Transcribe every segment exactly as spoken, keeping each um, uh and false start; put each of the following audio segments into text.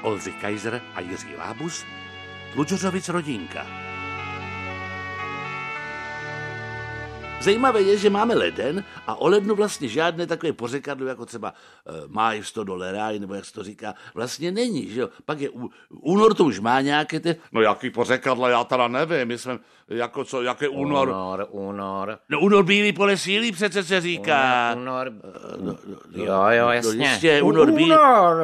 Oldřich Kaiser a Jiří Lábus, Tlučořovic rodinka. Zajímavé je, že máme leden a o lednu vlastně žádné takové pořekadlo, jako třeba e, máj sto doleraj, nebo jak se to říká, vlastně není, že jo. Pak je ú, únor, to už má nějaké ty... No jaký pořekadlo, já teda nevím, my jsme, jako co, jaké únor... Únor, únor. No únor bílý pole sílí přece se říká. Únor, únor. No, jo, jo, jasně. No, ještě, únor bílý. Únor,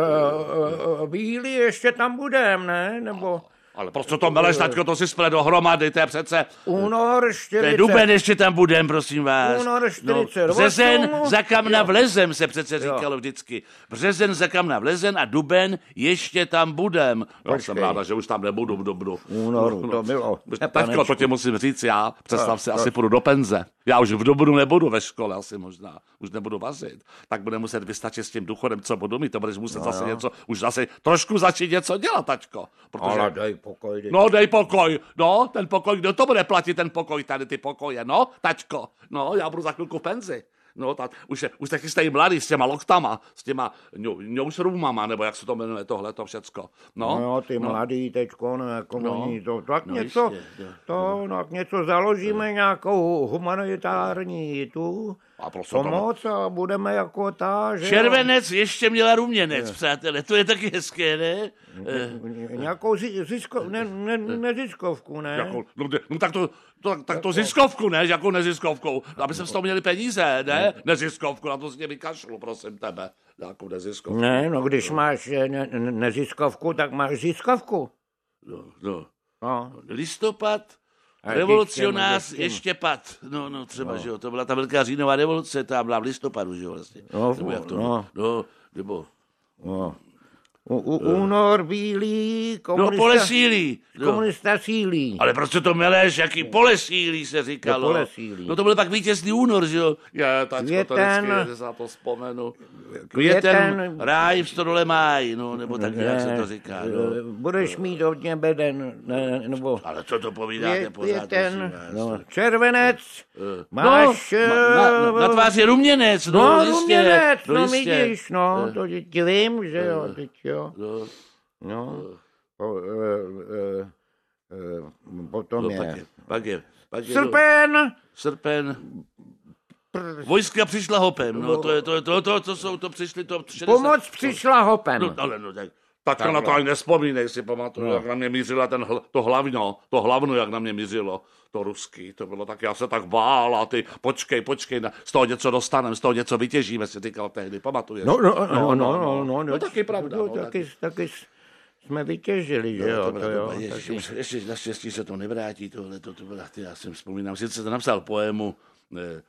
bílý ještě tam budem, ne, nebo... Ale proč to meleš, taťko, to si splet dohromady, to je přece... Únor čtyřicet. To je duben, ještě tam budem, prosím vás. Únor čtyřicet. No, březen za kamna vlezem se přece říkalo vždycky. Březen za kamna vlezem a duben ještě tam budem. Já jsem ráda, že už tam nebudu v dubnu. Únoru, to bylo. Taťko, to tě musím říct já. Představ si, asi půjdu do penze. Já už v dubnu nebudu ve škole, asi možná. Už nebudu vařit. Tak bude muset vystačit s tím důchodem, co budu mít. To budeš muset zase něco, už zase trošku začít něco dělat, taťko. Ale dej pokoj. Dej. No, dej pokoj. No, ten pokoj, kdo to bude platit, ten pokoj, tady ty pokoje, no, tačko. No, já budu za chvilku v penzi. No, tak už, je, už taky jste mladý s těma loktama, s těma newsroomama, nebo jak se to jmenuje, tohle, to všecko. No, no ty no. Mladý teďko, no, jako no. Oni, to, tak no, něco, jistě, to, no, něco založíme, no. Nějakou humanitární tu pomoc a budeme jako ta, že... Červenec ještě měla ruměnec, je. Přátelé, to je taky hezké, ne? Nějakou zisko, ne, ne, neziskovku, ne? Jako, no, no tak to, to, tak to ziskovku, ne? Jakou neziskovkou? Aby se z toho měli peníze, ne? Neziskovku, na to si mě vykašlu, prosím tebe. Jakou neziskovku. Ne, no když máš ne, neziskovku, tak máš ziskovku. No, no. No. Listopad, revolucionář ještě pad. No, no, třeba, no. Že jo, to byla ta velká říjnová revoluce, ta byla v listopadu, že jo, vlastně. No, nebo jak to, no. No, nebo... No. U, u, únor bílý, komunista, no, pole sílí. Komunista sílí. Ale proč to meleš, jaký pole sílí se říkalo. No, pole sílí. No to byl pak vítězný únor, že jo. Já, tačko, Květen, to vždycky za to vzpomenu. Květen, květen ráj v stodole máj, no, nebo tak ne, jak se to říká. No. Budeš mít hodně beden, ne, nebo... Ale co to povídáte pořád? Květen, no, červenec, máš... No, na, na, na tváři ruměnec, no, no jistě, ruměnec, no, no jistě. vidíš, no, to ti vím, že jo, teď jo. No, no. Po, uh, uh, uh, potom no, je... Pak je, pak je, pak je Srpen! No, srpen... Vojska přišla hopem, no, to je, to je, to, to, to jsou, to přišli, to... šedesát Pomoc přišla hopem. No, ale no, tak... Tak na to ani nespomínej, si pamatuju, no. Jak na mě mířila ten hl, to hlavno, to hlavno, jak na mě mířilo, to ruský, to bylo tak, já se tak bál a ty, počkej, počkej, z toho něco dostaneme, z toho něco vytěžíme, si říkal tehdy, pamatuješ? No, no, no, no, no, no, no taky pravda. No, taky, taky jsme vytěžili, že jo, to jo. Ježiš, ještě naštěstí se to nevrátí, tohle, to, to bylo, já si vzpomínám, sice to napsal poému eh, eh,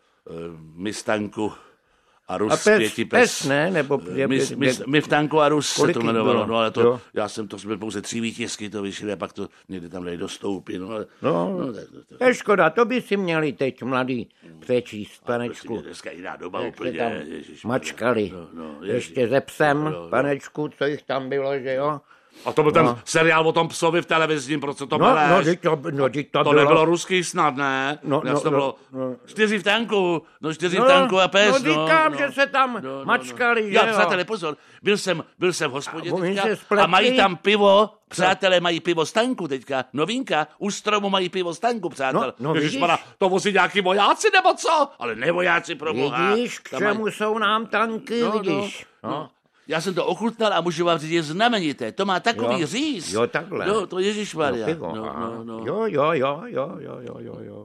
Mistanku a Rus, a pes, pěti pes, pes, ne? Nebo... My, my, my v tanku a Rus se to jmenovalo, no ale to, jo. Já jsem to, jsme pouze tři výtisky to vyšli a pak to někdy tam dali dostoupí, no ale... No, no tak, to, to, to je škoda, to by si měli teď mladý přečíst, panečku. A dneska jiná doba úplně, ježiš. Mačkali, no, no, ještě ze psem, no, no, panečku, co jich tam bylo, že jo? A to byl no. Ten seriál o tom psovi v televizním, proč to no, meleš? No, to, no, to, to bylo... nebylo ruský snad, ne? No, no, to bylo no, čtyři v tanku, no čtyři no, v tanku a pes, no. říkám, no, že se tam no, no, mačkali, no. že Já, jo? přátelé, pozor, byl jsem, byl jsem v hospodě a, teďka a mají tam pivo, přátelé, mají pivo z tanku teďka, novinka, u stromu mají pivo z tanku, přátelé. No, no, Ježišmana, to vozí nějaký vojáci nebo co? Ale ne vojáci pro boha. Vidíš, k čemu mají... jsou nám tanky, no, vidíš? No, no. Já jsem to ochutnal a můžu vám říct, je znamenité. To má takový jo. říz. Jo, takhle. No, to ježišmarja. No, no, no, no. Jo, jo, jo, jo, jo, jo, jo, jo.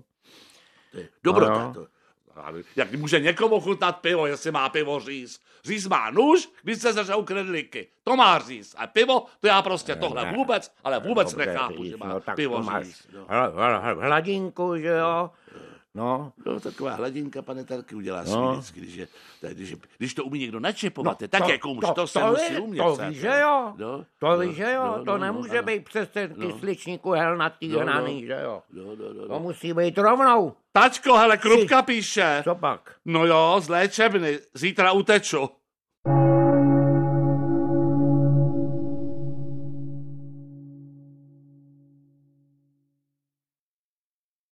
To je dobrota. To. Jak může někomu chutnat pivo, jestli má pivo říz? Říz má nůž, když se zažou kredliky. To má říz. A pivo, to já prostě tohle vůbec, ale vůbec dobře, nechápu, říz, že má no, pivo říz. No. Hladinku, že jo? No. No, taková hladinka, pane Tarky, udělá no. si vždycky, když, je, když, když to umí někdo načepovat, no, tak jako muž, to, to se to musí umět. To víš, že jo? No, to no, víš, že jo? No, to no, nemůže no, být přes ten no. kysličníku helnatý no, hnaný, no. že jo? No, no, no, no. To musí být rovnou. Tačko, hele, Krupka píše. Co pak? No jo, z léčebny, zítra uteču.